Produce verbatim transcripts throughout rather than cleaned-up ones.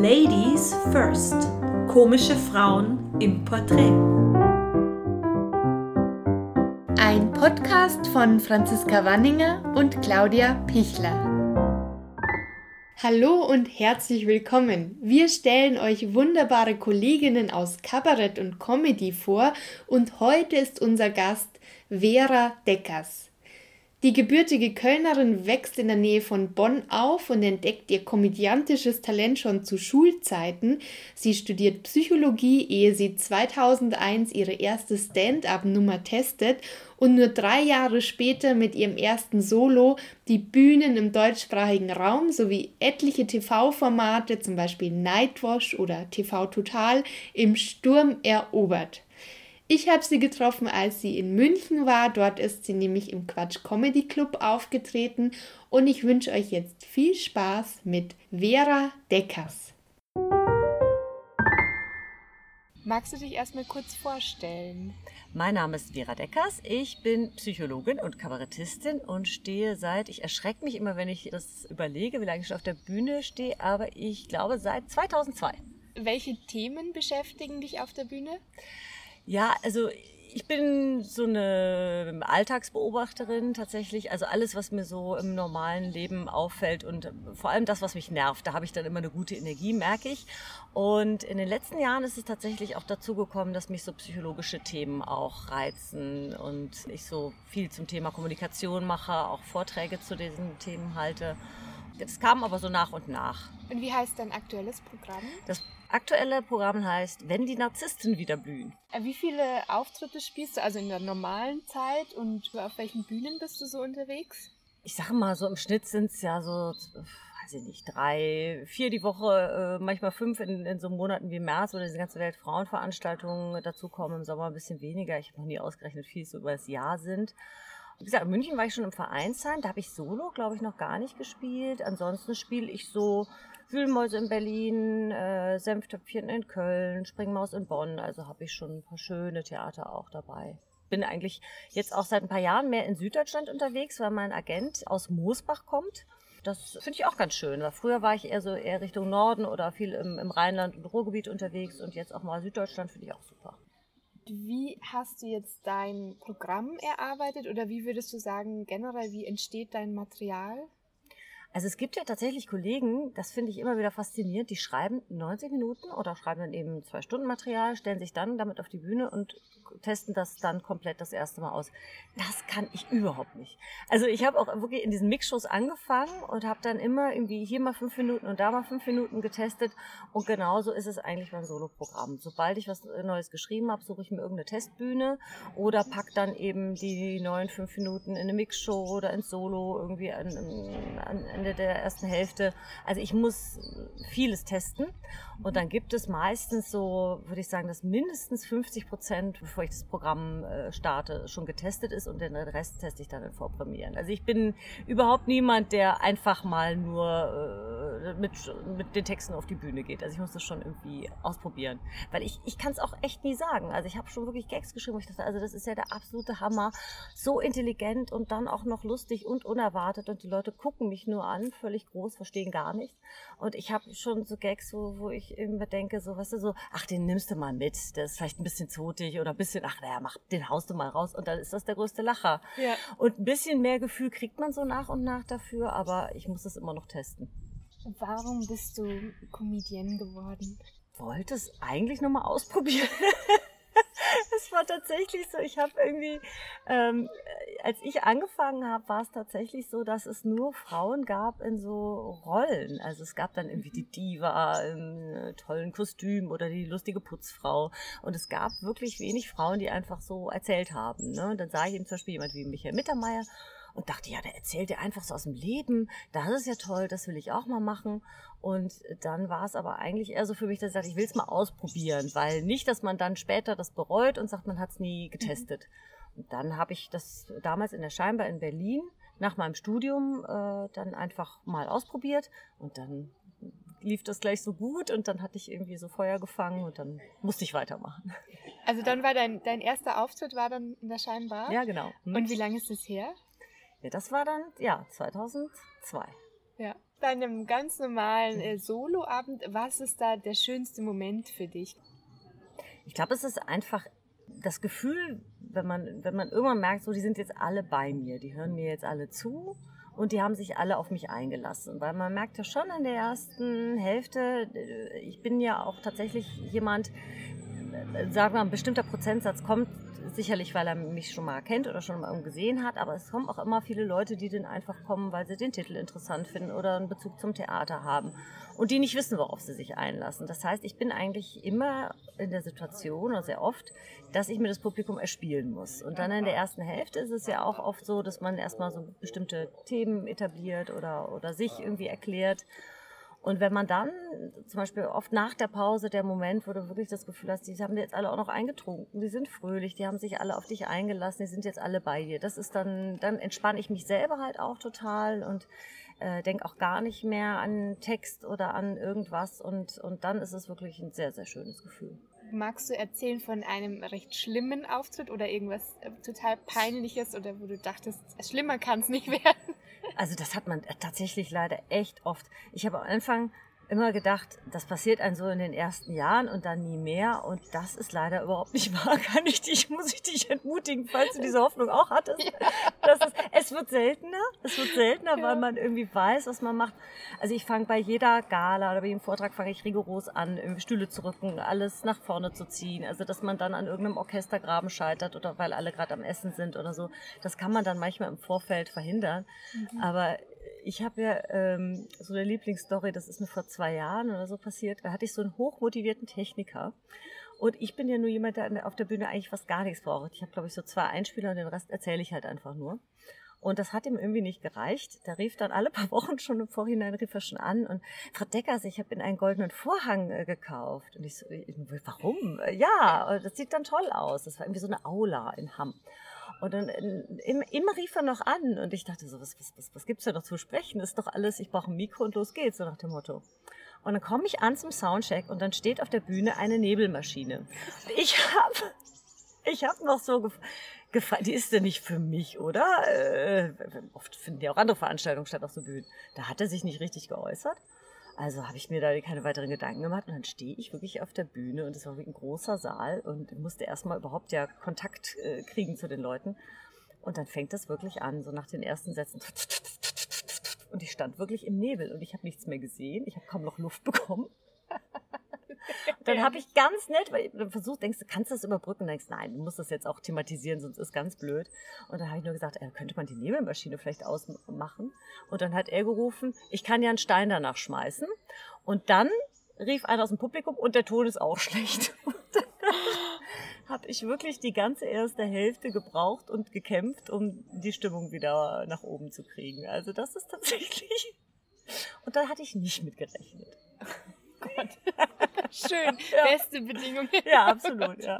Ladies First. Komische Frauen im Porträt. Ein Podcast von Franziska Wanninger und Claudia Pichler. Hallo und herzlich willkommen. Wir stellen euch wunderbare Kolleginnen aus Kabarett und Comedy vor und heute ist unser Gast Vera Deckers. Die gebürtige Kölnerin wächst in der Nähe von Bonn auf und entdeckt ihr komödiantisches Talent schon zu Schulzeiten. Sie studiert Psychologie, ehe sie zweitausendeins ihre erste Stand-up-Nummer testet und nur drei Jahre später mit ihrem ersten Solo die Bühnen im deutschsprachigen Raum sowie etliche T V-Formate, zum Beispiel Nightwash oder T V Total, im Sturm erobert. Ich habe sie getroffen, als sie in München war. Dort ist sie nämlich im Quatsch Comedy Club aufgetreten. Und ich wünsche euch jetzt viel Spaß mit Vera Deckers. Magst du dich erstmal kurz vorstellen? Mein Name ist Vera Deckers. Ich bin Psychologin und Kabarettistin und stehe seit, ich erschrecke mich immer, wenn ich das überlege, wie lange ich schon auf der Bühne stehe, aber ich glaube seit zweitausendzwei. Welche Themen beschäftigen dich auf der Bühne? Ja, also ich bin so eine Alltagsbeobachterin tatsächlich. Also alles, was mir so im normalen Leben auffällt und vor allem das, was mich nervt, da habe ich dann immer eine gute Energie, merke ich. Und in den letzten Jahren ist es tatsächlich auch dazu gekommen, dass mich so psychologische Themen auch reizen und ich so viel zum Thema Kommunikation mache, auch Vorträge zu diesen Themen halte. Das kam aber so nach und nach. Und wie heißt dein aktuelles Programm? Das aktuelle Programm heißt Wenn die Narzissten wieder blühen. Wie viele Auftritte spielst du also in der normalen Zeit und auf welchen Bühnen bist du so unterwegs? Ich sage mal, so im Schnitt sind es ja so, weiß ich nicht, drei, vier die Woche, manchmal fünf in, in so Monaten wie März, wo diese ganze Welt Frauenveranstaltungen dazukommen, im Sommer ein bisschen weniger. Ich habe noch nie ausgerechnet, wie viel es so über das Jahr sind. Wie gesagt, in München war ich schon im Vereinsheim, da habe ich Solo, glaube ich, noch gar nicht gespielt. Ansonsten spiele ich so Wühlmäuse in Berlin, äh, Senftöpfchen in Köln, Springmaus in Bonn. Also habe ich schon ein paar schöne Theater auch dabei. Bin eigentlich jetzt auch seit ein paar Jahren mehr in Süddeutschland unterwegs, weil mein Agent aus Moosbach kommt. Das finde ich auch ganz schön, weil früher war ich eher so eher Richtung Norden oder viel im, im Rheinland und Ruhrgebiet unterwegs und jetzt auch mal Süddeutschland finde ich auch super. Wie hast du jetzt dein Programm erarbeitet oder wie würdest du sagen, generell, wie entsteht dein Material? Also es gibt ja tatsächlich Kollegen, das finde ich immer wieder faszinierend, die schreiben neunzig Minuten oder schreiben dann eben zwei Stunden Material, stellen sich dann damit auf die Bühne und testen das dann komplett das erste Mal aus. Das kann ich überhaupt nicht. Also ich habe auch wirklich in diesen Mixshows angefangen und habe dann immer irgendwie hier mal fünf Minuten und da mal fünf Minuten getestet und genauso ist es eigentlich beim Soloprogramm. Sobald ich was Neues geschrieben habe, suche ich mir irgendeine Testbühne oder pack dann eben die neuen fünf Minuten in eine Mixshow oder ins Solo irgendwie an, an, an der ersten Hälfte. Also ich muss vieles testen und dann gibt es meistens so, würde ich sagen, dass mindestens fünfzig Prozent, bevor ich das Programm äh, starte, schon getestet ist und den Rest teste ich dann in Vorpremieren. Also ich bin überhaupt niemand, der einfach mal nur äh, mit, mit den Texten auf die Bühne geht. Also ich muss das schon irgendwie ausprobieren, weil ich, ich kann es auch echt nie sagen. Also ich habe schon wirklich Gags geschrieben, wo ich dachte, also das ist ja der absolute Hammer. So intelligent und dann auch noch lustig und unerwartet und die Leute gucken mich nur an, völlig groß, verstehen gar nichts. Und ich habe schon so Gags, wo, wo ich immer denke, so, weißt du, so, ach, den nimmst du mal mit, der ist vielleicht ein bisschen zotig oder ein bisschen, ach, naja, mach, den haust du mal raus und dann ist das der größte Lacher. Ja. Und ein bisschen mehr Gefühl kriegt man so nach und nach dafür, aber ich muss es immer noch testen. Warum bist du Comedienne geworden? Wollte es eigentlich nochmal ausprobieren. Es war tatsächlich so, ich habe irgendwie, ähm, als ich angefangen habe, war es tatsächlich so, dass es nur Frauen gab in so Rollen. Also es gab dann irgendwie die Diva im tollen Kostüm oder die lustige Putzfrau. Und es gab wirklich wenig Frauen, die einfach so erzählt haben. Ne? Und dann sah ich eben zum Beispiel jemand wie Michael Mittermeier und dachte, ja, der erzählt ja einfach so aus dem Leben. Das ist ja toll, das will ich auch mal machen. Und dann war es aber eigentlich eher so für mich, dass ich dachte, ich will es mal ausprobieren, weil nicht, dass man dann später das bereut und sagt, man hat es nie getestet. Mhm. Und dann habe ich das damals in der Scheinbar in Berlin nach meinem Studium äh, dann einfach mal ausprobiert und dann lief das gleich so gut und dann hatte ich irgendwie so Feuer gefangen und dann musste ich weitermachen. Also dann war dein, dein erster Auftritt war dann in der Scheinbar? Ja, genau. Hm. Und wie lange ist das her? Ja, das war dann, ja, zweitausendzwei. Ja. Bei einem ganz normalen äh, Soloabend, was ist da der schönste Moment für dich? Ich glaube, es ist einfach das Gefühl, wenn man, wenn man irgendwann merkt, so, die sind jetzt alle bei mir, die hören mir jetzt alle zu und die haben sich alle auf mich eingelassen. Weil man merkt ja schon in der ersten Hälfte, ich bin ja auch tatsächlich jemand, sagen wir mal, ein bestimmter Prozentsatz kommt sicherlich, weil er mich schon mal kennt oder schon mal irgendwo gesehen hat, aber es kommen auch immer viele Leute, die dann einfach kommen, weil sie den Titel interessant finden oder einen Bezug zum Theater haben und die nicht wissen, worauf sie sich einlassen. Das heißt, ich bin eigentlich immer in der Situation, oder sehr oft, dass ich mir das Publikum erspielen muss. Und dann in der ersten Hälfte ist es ja auch oft so, dass man erstmal so bestimmte Themen etabliert oder, oder sich irgendwie erklärt. Und wenn man dann, zum Beispiel oft nach der Pause, der Moment, wo du wirklich das Gefühl hast, die haben jetzt alle auch noch eingetrunken, die sind fröhlich, die haben sich alle auf dich eingelassen, die sind jetzt alle bei dir. Das ist dann, dann entspanne ich mich selber halt auch total und äh, denke auch gar nicht mehr an Text oder an irgendwas. Und, und dann ist es wirklich ein sehr, sehr schönes Gefühl. Magst du erzählen von einem recht schlimmen Auftritt oder irgendwas äh, total Peinliches oder wo du dachtest, schlimmer kann es nicht werden? Also das hat man tatsächlich leider echt oft. Ich habe am Anfang immer gedacht, das passiert einem so in den ersten Jahren und dann nie mehr. Und das ist leider überhaupt nicht wahr. Kann ich dich, muss ich dich entmutigen, falls du diese Hoffnung auch hattest. Ja. Das ist, es wird seltener. Es wird seltener, ja. Weil man irgendwie weiß, was man macht. Also ich fange bei jeder Gala oder bei jedem Vortrag fange ich rigoros an, irgendwie Stühle zu rücken, alles nach vorne zu ziehen. Also dass man dann an irgendeinem Orchestergraben scheitert oder weil alle gerade am Essen sind oder so. Das kann man dann manchmal im Vorfeld verhindern. Mhm. Aber ich habe ja ähm, so eine Lieblingsstory, das ist mir vor zwei Jahren oder so passiert. Da hatte ich so einen hochmotivierten Techniker. Und ich bin ja nur jemand, der auf der Bühne eigentlich fast gar nichts braucht. Ich habe, glaube ich, so zwei Einspieler und den Rest erzähle ich halt einfach nur. Und das hat ihm irgendwie nicht gereicht. Der rief dann alle paar Wochen schon im Vorhinein, rief er schon an. Und Frau Deckers, ich habe Ihnen einen goldenen Vorhang äh, gekauft. Und ich so, warum? Ja, das sieht dann toll aus. Das war irgendwie so eine Aula in Hamm. Und dann immer, immer rief er noch an und ich dachte so, was, was, was, was gibt's da noch zu sprechen? Das ist doch alles, ich brauche ein Mikro und los geht's, so nach dem Motto. Und dann komme ich an zum Soundcheck und dann steht auf der Bühne eine Nebelmaschine. Ich habe ich hab noch so gef- gefragt, die ist denn nicht für mich, oder? Äh, oft finden ja auch andere Veranstaltungen statt auf so Bühnen. Da hat er sich nicht richtig geäußert. Also habe ich mir da keine weiteren Gedanken gemacht und dann stehe ich wirklich auf der Bühne und es war wirklich ein großer Saal und musste erstmal überhaupt ja Kontakt äh, kriegen zu den Leuten. Und dann fängt das wirklich an, so nach den ersten Sätzen. Und ich stand wirklich im Nebel und ich habe nichts mehr gesehen. Ich habe kaum noch Luft bekommen. Und dann habe ich ganz nett, weil du versuchst, denkst du, kannst du das überbrücken? Und denkst, nein, du musst das jetzt auch thematisieren, sonst ist ganz blöd. Und dann habe ich nur gesagt, äh, könnte man die Nebelmaschine vielleicht ausmachen? Und dann hat er gerufen, ich kann ja einen Stein danach schmeißen. Und dann rief einer aus dem Publikum und der Ton ist auch schlecht. Und dann habe ich wirklich die ganze erste Hälfte gebraucht und gekämpft, um die Stimmung wieder nach oben zu kriegen. Also das ist tatsächlich... Und da hatte ich nicht mit gerechnet. Gott. Schön, ja. Beste Bedingungen. Ja, absolut, ja.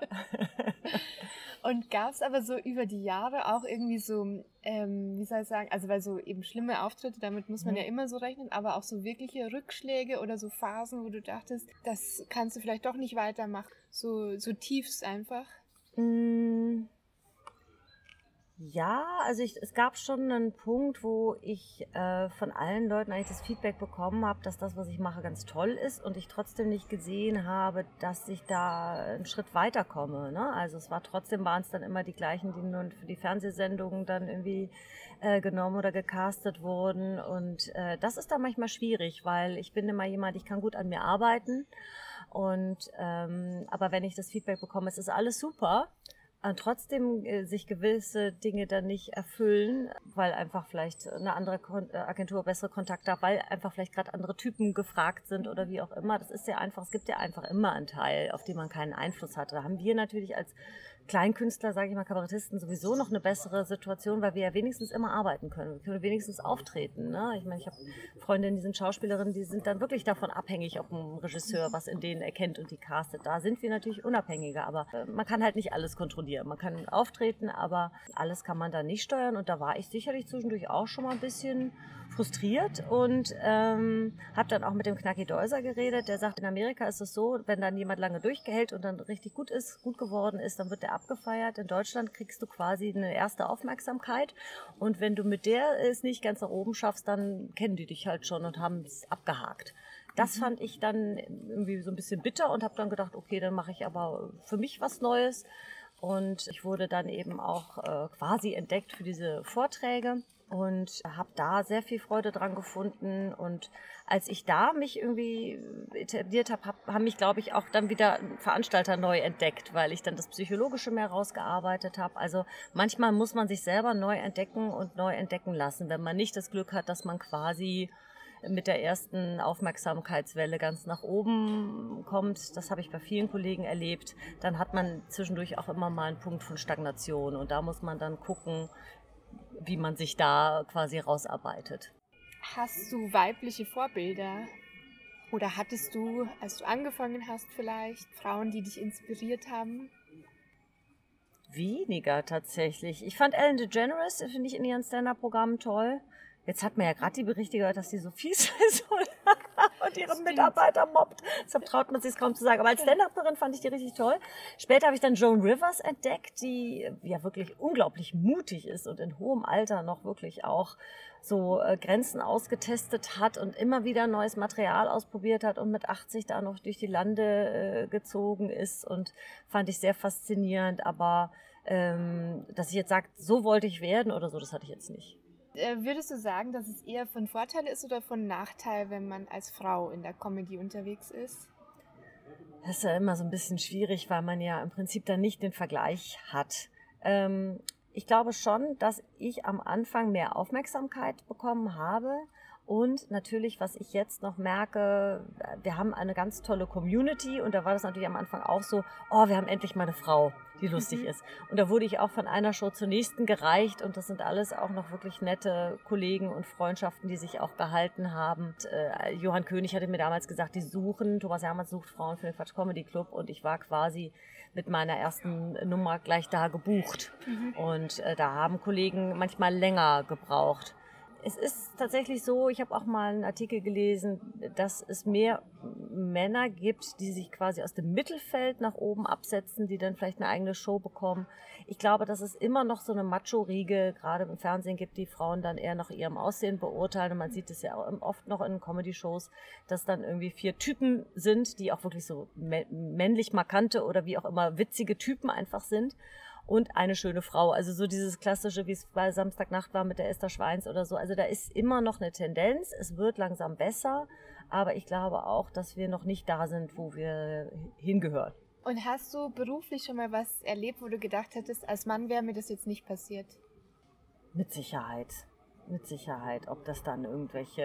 Und gab es aber so über die Jahre auch irgendwie so, ähm, wie soll ich sagen, also weil so eben schlimme Auftritte, damit muss man mhm. ja immer so rechnen, aber auch so wirkliche Rückschläge oder so Phasen, wo du dachtest, das kannst du vielleicht doch nicht weitermachen, so, so tiefst einfach? Mm. Ja, also ich, es gab schon einen Punkt, wo ich äh, von allen Leuten eigentlich das Feedback bekommen habe, dass das, was ich mache, ganz toll ist und ich trotzdem nicht gesehen habe, dass ich da einen Schritt weiterkomme. Ne? Also es war trotzdem, waren es dann immer die gleichen, die nun für die Fernsehsendungen dann irgendwie äh, genommen oder gecastet wurden und äh, das ist dann manchmal schwierig, weil ich bin immer jemand, ich kann gut an mir arbeiten und ähm, aber wenn ich das Feedback bekomme, es ist alles super, und trotzdem äh, sich gewisse Dinge dann nicht erfüllen, weil einfach vielleicht eine andere Kon- Agentur bessere Kontakte hat, weil einfach vielleicht gerade andere Typen gefragt sind oder wie auch immer. Das ist ja einfach, es gibt ja einfach immer einen Teil, auf den man keinen Einfluss hat. Da haben wir natürlich als Kleinkünstler, sage ich mal, Kabarettisten sowieso noch eine bessere Situation, weil wir ja wenigstens immer arbeiten können. Wir können wenigstens auftreten. Ne? Ich meine, ich habe Freundinnen, die sind Schauspielerinnen, die sind dann wirklich davon abhängig, ob ein Regisseur was in denen erkennt und die castet. Da sind wir natürlich unabhängiger, aber äh, man kann halt nicht alles kontrollieren. Man kann auftreten, aber alles kann man da nicht steuern und da war ich sicherlich zwischendurch auch schon mal ein bisschen frustriert und ähm, habe dann auch mit dem Knacki Deuser geredet, der sagt, in Amerika ist es so, wenn dann jemand lange durchgehält und dann richtig gut ist, gut geworden ist, dann wird der abgefeiert. In Deutschland kriegst du quasi eine erste Aufmerksamkeit und wenn du mit der es nicht ganz nach oben schaffst, dann kennen die dich halt schon und haben es abgehakt. Das fand ich dann irgendwie so ein bisschen bitter und habe dann gedacht, okay, dann mache ich aber für mich was Neues. Und ich wurde dann eben auch äh, quasi entdeckt für diese Vorträge und habe da sehr viel Freude dran gefunden. Und als ich da mich irgendwie etabliert habe, hab, haben mich, glaube ich, auch dann wieder Veranstalter neu entdeckt, weil ich dann das Psychologische mehr rausgearbeitet habe. Also manchmal muss man sich selber neu entdecken und neu entdecken lassen, wenn man nicht das Glück hat, dass man quasi mit der ersten Aufmerksamkeitswelle ganz nach oben kommt. Das habe ich bei vielen Kollegen erlebt. Dann hat man zwischendurch auch immer mal einen Punkt von Stagnation und da muss man dann gucken, wie man sich da quasi rausarbeitet. Hast du weibliche Vorbilder? Oder hattest du, als du angefangen hast vielleicht, Frauen, die dich inspiriert haben? Weniger tatsächlich. Ich fand Ellen DeGeneres, finde ich, in ihren Stand-Up-Programmen toll. Jetzt hat man ja gerade die Berichte gehört, dass sie so fies ist und ihre Mitarbeiter mobbt. Deshalb traut man sich es kaum zu sagen. Aber als Stand-Uperin fand ich die richtig toll. Später habe ich dann Joan Rivers entdeckt, die ja wirklich unglaublich mutig ist und in hohem Alter noch wirklich auch so äh, Grenzen ausgetestet hat und immer wieder neues Material ausprobiert hat und mit achtzig da noch durch die Lande äh, gezogen ist und fand ich sehr faszinierend. Aber ähm, dass ich jetzt sage, so wollte ich werden oder so, das hatte ich jetzt nicht. Würdest du sagen, dass es eher von Vorteil ist oder von Nachteil, wenn man als Frau in der Comedy unterwegs ist? Das ist ja immer so ein bisschen schwierig, weil man ja im Prinzip dann nicht den Vergleich hat. Ähm, ich glaube schon, dass ich am Anfang mehr Aufmerksamkeit bekommen habe. Und natürlich, was ich jetzt noch merke, wir haben eine ganz tolle Community und da war das natürlich am Anfang auch so, oh, wir haben endlich mal eine Frau, die lustig mhm. ist. Und da wurde ich auch von einer Show zur nächsten gereicht und das sind alles auch noch wirklich nette Kollegen und Freundschaften, die sich auch gehalten haben. Und, äh, Johann König hatte mir damals gesagt, die suchen, Thomas Hermanns sucht Frauen für den Quatsch Comedy Club und ich war quasi mit meiner ersten Nummer gleich da gebucht. Mhm. Und äh, da haben Kollegen manchmal länger gebraucht. Es ist tatsächlich so, ich habe auch mal einen Artikel gelesen, dass es mehr Männer gibt, die sich quasi aus dem Mittelfeld nach oben absetzen, die dann vielleicht eine eigene Show bekommen. Ich glaube, dass es immer noch so eine Macho-Riege, gerade im Fernsehen gibt, die Frauen dann eher nach ihrem Aussehen beurteilen. Und man sieht es ja auch oft noch in Comedy-Shows, dass dann irgendwie vier Typen sind, die auch wirklich so männlich markante oder wie auch immer witzige Typen einfach sind. Und eine schöne Frau. Also so dieses klassische, wie es bei Samstagnacht war mit der Esther Schweins oder so. Also da ist immer noch eine Tendenz. Es wird langsam besser. Aber ich glaube auch, dass wir noch nicht da sind, wo wir hingehören. Und hast du beruflich schon mal was erlebt, wo du gedacht hättest, als Mann wäre mir das jetzt nicht passiert? Mit Sicherheit. Mit Sicherheit. Ob das dann irgendwelche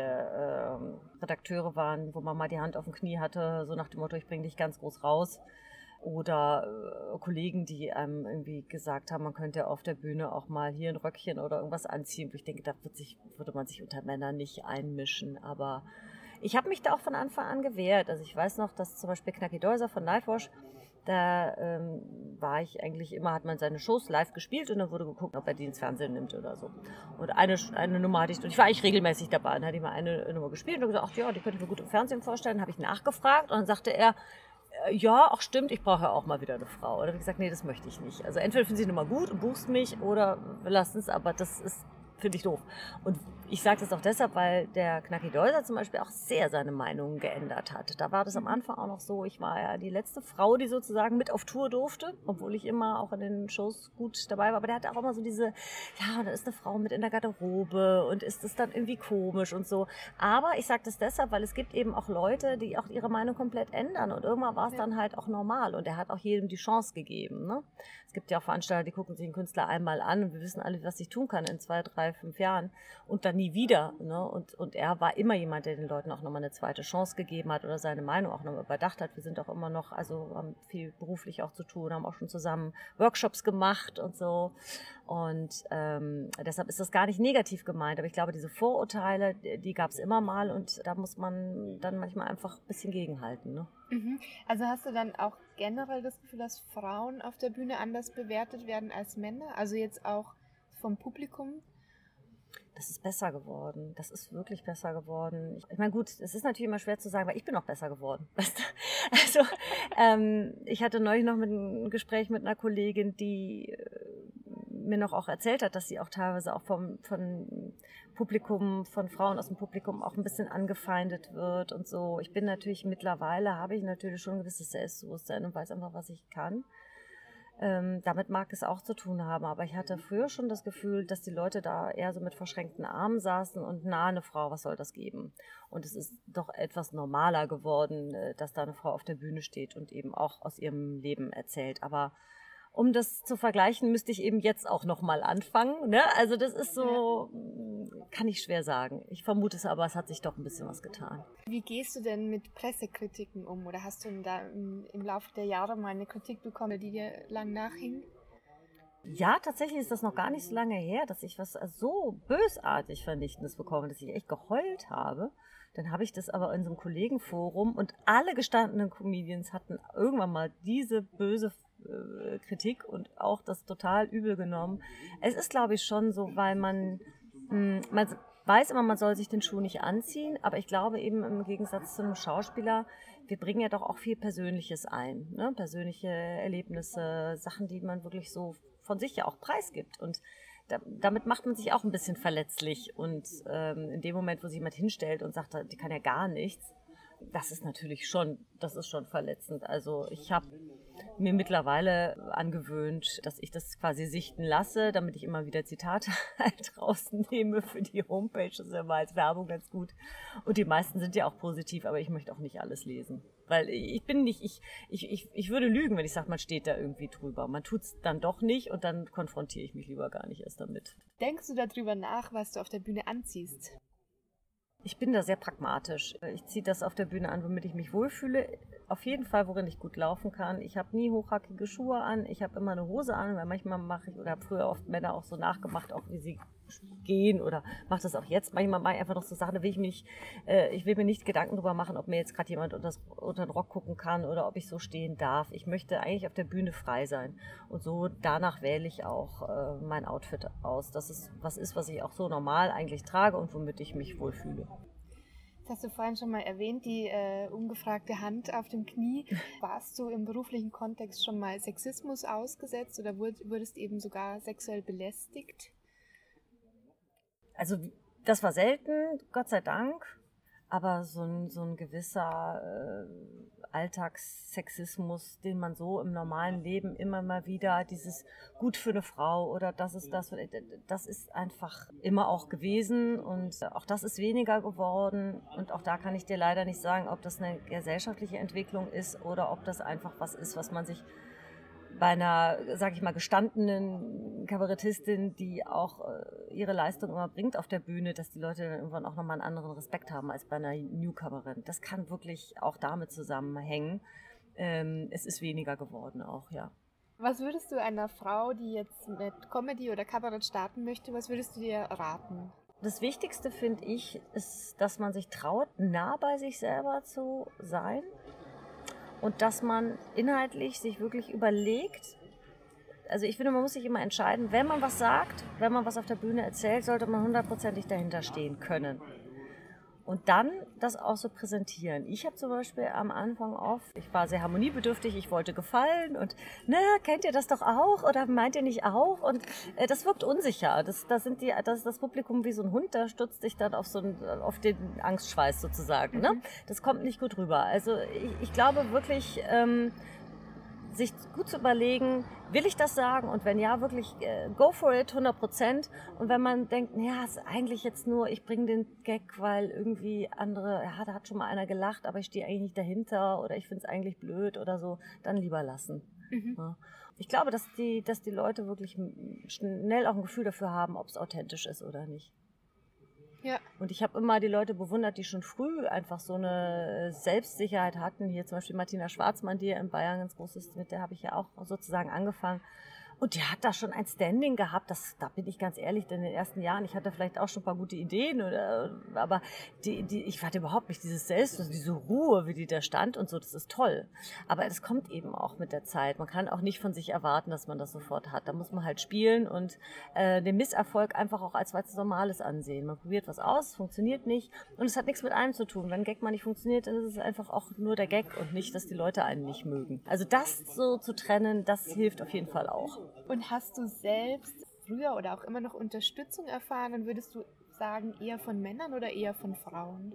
äh, Redakteure waren, wo man mal die Hand auf dem Knie hatte, so nach dem Motto, ich bringe dich ganz groß raus. Oder äh, Kollegen, die einem irgendwie gesagt haben, man könnte auf der Bühne auch mal hier ein Röckchen oder irgendwas anziehen. Wo ich denke, da wird sich, würde man sich unter Männern nicht einmischen. Aber ich habe mich da auch von Anfang an gewehrt. Also ich weiß noch, dass zum Beispiel Knacki Deuser von Nightwash, da ähm, war ich eigentlich immer, hat man seine Shows live gespielt und dann wurde geguckt, ob er die ins Fernsehen nimmt oder so. Und eine, eine Nummer hatte ich, und ich war eigentlich regelmäßig dabei, dann hatte ich mal eine Nummer gespielt und gesagt, ach ja, die könnte ich mir gut im Fernsehen vorstellen. Dann habe ich nachgefragt und dann sagte er, ja, ach stimmt, ich brauche ja auch mal wieder eine Frau. Oder habe ich gesagt, nee, das möchte ich nicht. Also entweder finden Sie eine Nummer gut und buchst mich oder wir lassen es, aber das ist, finde ich doof. Und ich sage das auch deshalb, weil der Knacki Deuser zum Beispiel auch sehr seine Meinung geändert hat. Da war das am Anfang auch noch so, ich war ja die letzte Frau, die sozusagen mit auf Tour durfte, obwohl ich immer auch in den Shows gut dabei war. Aber der hatte auch immer so diese, ja, da ist eine Frau mit in der Garderobe und ist das dann irgendwie komisch und so. Aber ich sage das deshalb, weil es gibt eben auch Leute, die auch ihre Meinung komplett ändern und irgendwann war es dann halt auch normal und er hat auch jedem die Chance gegeben. Ne? Es gibt ja auch Veranstalter, die gucken sich einen Künstler einmal an und wir wissen alle, was ich tun kann in zwei, drei, fünf Jahren und dann nie wieder. Ne? Und, und er war immer jemand, der den Leuten auch nochmal eine zweite Chance gegeben hat oder seine Meinung auch nochmal überdacht hat. Wir sind auch immer noch, also haben viel beruflich auch zu tun, haben auch schon zusammen Workshops gemacht und so. Und ähm, deshalb ist das gar nicht negativ gemeint. Aber ich glaube, diese Vorurteile, die gab es immer mal und da muss man dann manchmal einfach ein bisschen gegenhalten. Ne? Mhm. Also hast du dann auch generell das Gefühl, dass Frauen auf der Bühne anders bewertet werden als Männer? Also jetzt auch vom Publikum? Das ist besser geworden. Das ist wirklich besser geworden. Ich, ich meine, gut, es ist natürlich immer schwer zu sagen, weil ich bin auch besser geworden. Also ähm, ich hatte neulich noch mit ein Gespräch mit einer Kollegin, die mir noch auch erzählt hat, dass sie auch teilweise auch vom von Publikum, von Frauen aus dem Publikum auch ein bisschen angefeindet wird und so. Ich bin natürlich mittlerweile, habe ich natürlich schon ein gewisses Selbstbewusstsein und weiß einfach, was ich kann. Ähm, damit mag es auch zu tun haben, aber ich hatte früher schon das Gefühl, dass die Leute da eher so mit verschränkten Armen saßen und na, eine Frau, was soll das geben? Und es ist doch etwas normaler geworden, dass da eine Frau auf der Bühne steht und eben auch aus ihrem Leben erzählt. Aber um das zu vergleichen, müsste ich eben jetzt auch nochmal anfangen. Ne? Also das ist so, kann ich schwer sagen. Ich vermute es aber, es hat sich doch ein bisschen was getan. Wie gehst du denn mit Pressekritiken um? Oder hast du da im, im Laufe der Jahre mal eine Kritik bekommen, die dir lang nachhing? Ja, tatsächlich ist das noch gar nicht so lange her, dass ich was so bösartig Vernichtendes bekomme, dass ich echt geheult habe. Dann habe ich das aber in so einem Kollegenforum und alle gestandenen Comedians hatten irgendwann mal diese böse äh, Kritik und auch das total übel genommen. Es ist, glaube ich, schon so, weil man, mh, man weiß immer, man soll sich den Schuh nicht anziehen, aber ich glaube eben im Gegensatz zu einem Schauspieler, wir bringen ja doch auch viel Persönliches ein, ne? Persönliche Erlebnisse, Sachen, die man wirklich so von sich ja auch preisgibt und da, damit macht man sich auch ein bisschen verletzlich und ähm, in dem Moment, wo sich jemand hinstellt und sagt, die kann ja gar nichts, das ist natürlich schon, das ist schon verletzend. Also ich habe mir mittlerweile angewöhnt, dass ich das quasi sichten lasse, damit ich immer wieder Zitate halt rausnehme für die Homepage. Das ist ja mal als Werbung ganz gut. Und die meisten sind ja auch positiv, aber ich möchte auch nicht alles lesen. Weil ich bin nicht, ich, ich, ich, ich würde lügen, wenn ich sage, man steht da irgendwie drüber. Man tut es dann doch nicht und dann konfrontiere ich mich lieber gar nicht erst damit. Denkst du darüber nach, was du auf der Bühne anziehst? Ich bin da sehr pragmatisch. Ich ziehe das auf der Bühne an, womit ich mich wohlfühle. Auf jeden Fall, worin ich gut laufen kann. Ich habe nie hochhackige Schuhe an. Ich habe immer eine Hose an, weil manchmal mache ich, oder habe früher oft Männer auch so nachgemacht, auch wie sie gehen oder mache das auch jetzt. Manchmal mache ich einfach noch so Sachen, da will ich mich, äh, ich will mir nicht Gedanken drüber machen, ob mir jetzt gerade jemand unter, unter den Rock gucken kann oder ob ich so stehen darf. Ich möchte eigentlich auf der Bühne frei sein. Und so danach wähle ich auch äh, mein Outfit aus. Das ist was ist, was ich auch so normal eigentlich trage und womit ich mich wohlfühle. Das hast du vorhin schon mal erwähnt, die äh, ungefragte Hand auf dem Knie. Warst du im beruflichen Kontext schon mal Sexismus ausgesetzt oder wurdest eben sogar sexuell belästigt? Also das war selten, Gott sei Dank, aber so ein, so ein gewisser äh, Alltagssexismus, den man so im normalen Leben immer mal wieder, dieses gut für eine Frau oder das ist das, das ist einfach immer auch gewesen und auch das ist weniger geworden und auch da kann ich dir leider nicht sagen, ob das eine gesellschaftliche Entwicklung ist oder ob das einfach was ist, was man sich bei einer, sag ich mal, gestandenen Kabarettistin, die auch äh, ihre Leistung immer bringt auf der Bühne, dass die Leute dann irgendwann auch nochmal einen anderen Respekt haben als bei einer Newcomerin. Das kann wirklich auch damit zusammenhängen. Ähm, es ist weniger geworden auch, ja. Was würdest du einer Frau, die jetzt mit Comedy oder Kabarett starten möchte, was würdest du dir raten? Das Wichtigste, finde ich, ist, dass man sich traut, nah bei sich selber zu sein. Und dass man inhaltlich sich wirklich überlegt, also ich finde, man muss sich immer entscheiden, wenn man was sagt, wenn man was auf der Bühne erzählt, sollte man hundertprozentig dahinter stehen können. Und dann das auch so präsentieren. Ich habe zum Beispiel am Anfang oft, ich war sehr harmoniebedürftig, ich wollte gefallen und, ne, kennt ihr das doch auch oder meint ihr nicht auch? Und äh, das wirkt unsicher. Das, das, sind die, das ist das Publikum wie so ein Hund, da stutzt sich dann auf, so ein, auf den Angstschweiß sozusagen. Ne? Das kommt nicht gut rüber. Also ich, ich glaube wirklich, ähm, sich gut zu überlegen, will ich das sagen? Und wenn ja, wirklich äh, go for it, hundert Prozent. Und wenn man denkt, ja, ist eigentlich jetzt nur, ich bringe den Gag, weil irgendwie andere, ja, da hat schon mal einer gelacht, aber ich stehe eigentlich nicht dahinter oder ich finde es eigentlich blöd oder so, dann lieber lassen. Mhm. Ja. Ich glaube, dass die, dass die Leute wirklich schnell auch ein Gefühl dafür haben, ob es authentisch ist oder nicht. Ja. Und ich habe immer die Leute bewundert, die schon früh einfach so eine Selbstsicherheit hatten. Hier zum Beispiel Martina Schwarzmann, die ja in Bayern ganz groß ist, mit der habe ich ja auch sozusagen angefangen. Und die hat da schon ein Standing gehabt, das, da bin ich ganz ehrlich, in den ersten Jahren, ich hatte vielleicht auch schon ein paar gute Ideen, oder, aber die, die, ich hatte überhaupt nicht dieses Selbst, also diese Ruhe, wie die da stand und so, das ist toll. Aber es kommt eben auch mit der Zeit. Man kann auch nicht von sich erwarten, dass man das sofort hat. Da muss man halt spielen und äh, den Misserfolg einfach auch als was Normales ansehen. Man probiert was aus, funktioniert nicht und es hat nichts mit einem zu tun. Wenn ein Gag mal nicht funktioniert, dann ist es einfach auch nur der Gag und nicht, dass die Leute einen nicht mögen. Also das so zu trennen, das hilft auf jeden Fall auch. Und hast du selbst früher oder auch immer noch Unterstützung erfahren? Und würdest du sagen, eher von Männern oder eher von Frauen?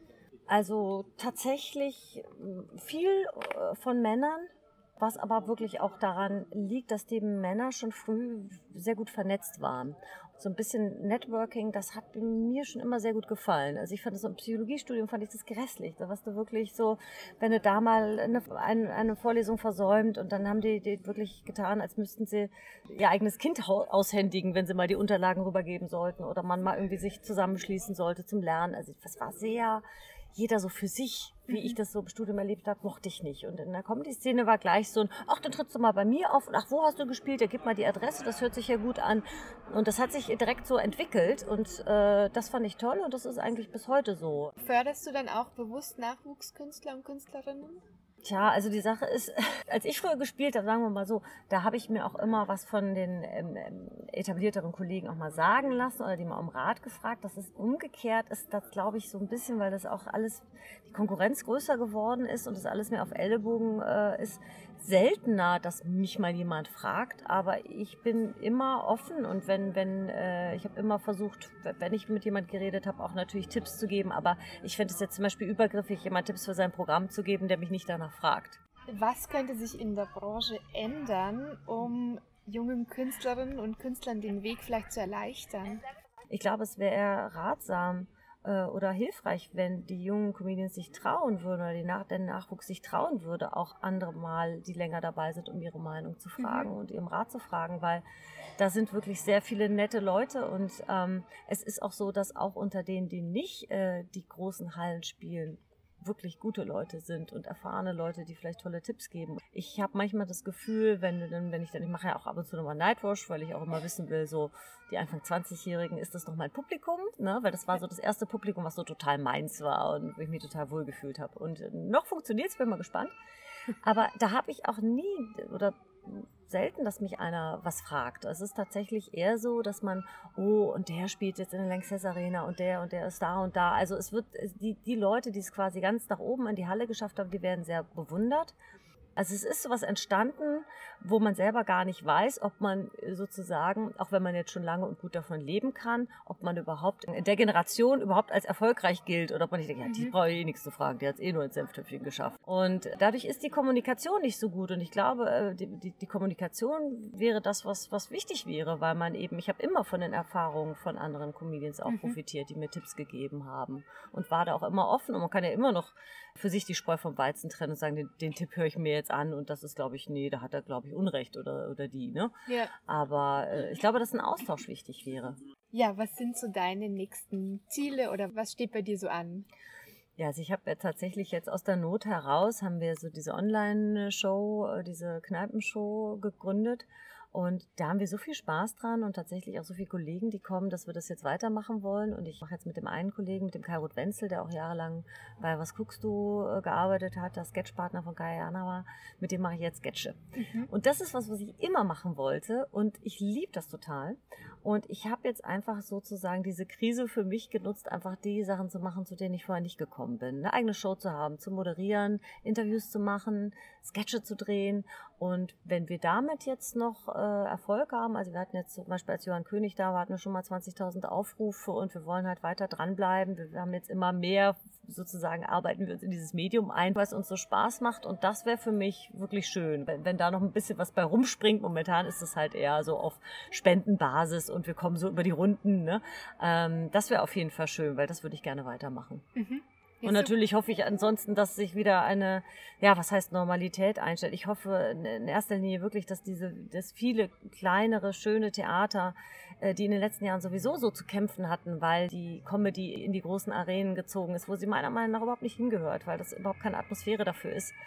Also tatsächlich viel äh, von Männern, was aber wirklich auch daran liegt, dass die Männer schon früh sehr gut vernetzt waren. So ein bisschen Networking, das hat mir schon immer sehr gut gefallen. Also ich fand das so im Psychologiestudium, fand ich das grässlich. Da warst du wirklich so, wenn du da mal eine, eine, eine Vorlesung versäumt und dann haben die, die wirklich getan, als müssten sie ihr eigenes Kind aushändigen, wenn sie mal die Unterlagen rübergeben sollten oder man mal irgendwie sich zusammenschließen sollte zum Lernen. Also das war sehr... jeder so für sich, wie ich das so im Studium erlebt habe, mochte ich nicht. Und in der Comedy-Szene war gleich so ein, ach, dann trittst du mal bei mir auf. Und ach, wo hast du gespielt? Ja, gib mal die Adresse, das hört sich ja gut an. Und das hat sich direkt so entwickelt und äh, das fand ich toll und das ist eigentlich bis heute so. Förderst du dann auch bewusst Nachwuchskünstler und Künstlerinnen? Tja, also die Sache ist, als ich früher gespielt habe, sagen wir mal so, da habe ich mir auch immer was von den ähm, etablierteren Kollegen auch mal sagen lassen oder die mal um Rat gefragt. Das ist umgekehrt, ist das, glaube ich, so ein bisschen, weil das auch alles, die Konkurrenz größer geworden ist und das alles mehr auf Ellbogen äh, ist, seltener, dass mich mal jemand fragt, aber ich bin immer offen und wenn, wenn, äh, ich habe immer versucht, wenn ich mit jemand geredet habe, auch natürlich Tipps zu geben, aber ich fände es jetzt zum Beispiel übergriffig, jemand Tipps für sein Programm zu geben, der mich nicht danach fragt. Was könnte sich in der Branche ändern, um jungen Künstlerinnen und Künstlern den Weg vielleicht zu erleichtern? Ich glaube, es wäre ratsam äh, oder hilfreich, wenn die jungen Comedians sich trauen würden oder die Nach- der Nachwuchs sich trauen würde, auch andere mal, die länger dabei sind, um ihre Meinung zu fragen mhm. und ihren Rat zu fragen, weil da sind wirklich sehr viele nette Leute und ähm, es ist auch so, dass auch unter denen, die nicht äh, die großen Hallen spielen, wirklich gute Leute sind und erfahrene Leute, die vielleicht tolle Tipps geben. Ich habe manchmal das Gefühl, wenn, wenn ich dann, ich mache ja auch ab und zu nochmal Nightwash, weil ich auch immer wissen will, so die Anfang zwanzigjährigen, ist das noch mein Publikum? Ne? Weil das war so das erste Publikum, was so total meins war und wo ich mich total wohl gefühlt habe. Und noch funktioniert es, bin mal gespannt. Aber da habe ich auch nie oder selten, dass mich einer was fragt. Es ist tatsächlich eher so, dass man, oh, und der spielt jetzt in der Lanxess Arena und der und der ist da und da. Also es wird, die, die Leute, die es quasi ganz nach oben in die Halle geschafft haben, die werden sehr bewundert. Also es ist sowas entstanden, wo man selber gar nicht weiß, ob man sozusagen, auch wenn man jetzt schon lange und gut davon leben kann, ob man überhaupt in der Generation überhaupt als erfolgreich gilt oder ob man nicht denkt, ja, die brauche ich eh nichts zu fragen, die hat es eh nur ins Senftöpfchen geschafft. Und dadurch ist die Kommunikation nicht so gut und ich glaube, die, die, die Kommunikation wäre das, was, was wichtig wäre, weil man eben, ich habe immer von den Erfahrungen von anderen Comedians auch mhm. profitiert, die mir Tipps gegeben haben und war da auch immer offen und man kann ja immer noch für sich die Spreu vom Weizen trennen und sagen, den, den Tipp höre ich mir jetzt an und das ist, glaube ich, nee, da hat er, glaube ich, Unrecht oder, oder die, ne? Ja. Aber äh, ich glaube, dass ein Austausch wichtig wäre. Ja, was sind so deine nächsten Ziele oder was steht bei dir so an? Ja, also ich habe ja tatsächlich jetzt aus der Not heraus, haben wir so diese Online-Show, diese Kneipenshow gegründet. Und da haben wir so viel Spaß dran und tatsächlich auch so viele Kollegen, die kommen, dass wir das jetzt weitermachen wollen. Und ich mache jetzt mit dem einen Kollegen, mit dem Kai Ruth Wenzel, der auch jahrelang bei Was guckst du gearbeitet hat, der Sketchpartner von Kai Jana war, mit dem mache ich jetzt Sketche. Mhm. Und das ist was, was ich immer machen wollte und ich liebe das total. Und ich habe jetzt einfach sozusagen diese Krise für mich genutzt, einfach die Sachen zu machen, zu denen ich vorher nicht gekommen bin. Eine eigene Show zu haben, zu moderieren, Interviews zu machen, Sketche zu drehen. Und wenn wir damit jetzt noch äh, Erfolg haben, also wir hatten jetzt zum Beispiel als Johann König da, hatten wir schon mal zwanzigtausend Aufrufe und wir wollen halt weiter dranbleiben. Wir haben jetzt immer mehr, sozusagen arbeiten wir uns in dieses Medium ein, was uns so Spaß macht und das wäre für mich wirklich schön. Wenn, wenn da noch ein bisschen was bei rumspringt, momentan ist es halt eher so auf Spendenbasis und wir kommen so über die Runden, ne? Ähm, das wäre auf jeden Fall schön, weil das würde ich gerne weitermachen. Mhm. Und natürlich hoffe ich ansonsten, dass sich wieder eine, ja, was heißt Normalität einstellt. Ich hoffe in erster Linie wirklich, dass diese, dass viele kleinere, schöne Theater, die in den letzten Jahren sowieso so zu kämpfen hatten, weil die Comedy in die großen Arenen gezogen ist, wo sie meiner Meinung nach überhaupt nicht hingehört, weil das überhaupt keine Atmosphäre dafür ist.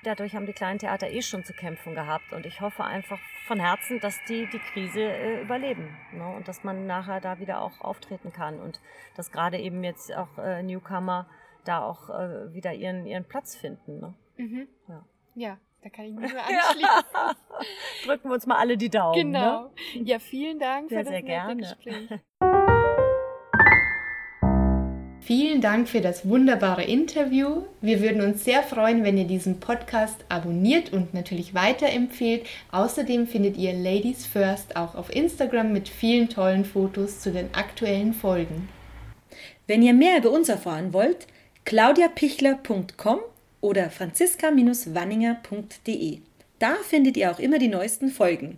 dadurch haben die kleinen Theater eh schon zu kämpfen gehabt. Und ich hoffe einfach von Herzen, dass die die Krise äh, überleben, ne? Und dass man nachher da wieder auch auftreten kann und dass gerade eben jetzt auch äh, Newcomer da auch äh, wieder ihren, ihren Platz finden. Ne? Mhm. Ja. Ja, da kann ich mich nur anschließen. Ja. Drücken wir uns mal alle die Daumen. Genau. Ne? Ja, vielen Dank sehr, für das sehr nette gerne. Gespräch. Vielen Dank für das wunderbare Interview. Wir würden uns sehr freuen, wenn ihr diesen Podcast abonniert und natürlich weiterempfehlt. Außerdem findet ihr Ladies First auch auf Instagram mit vielen tollen Fotos zu den aktuellen Folgen. Wenn ihr mehr über uns erfahren wollt, claudia pichler punkt com oder franziska wanninger punkt de. Da findet ihr auch immer die neuesten Folgen.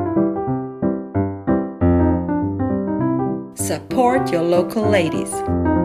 Support your local ladies.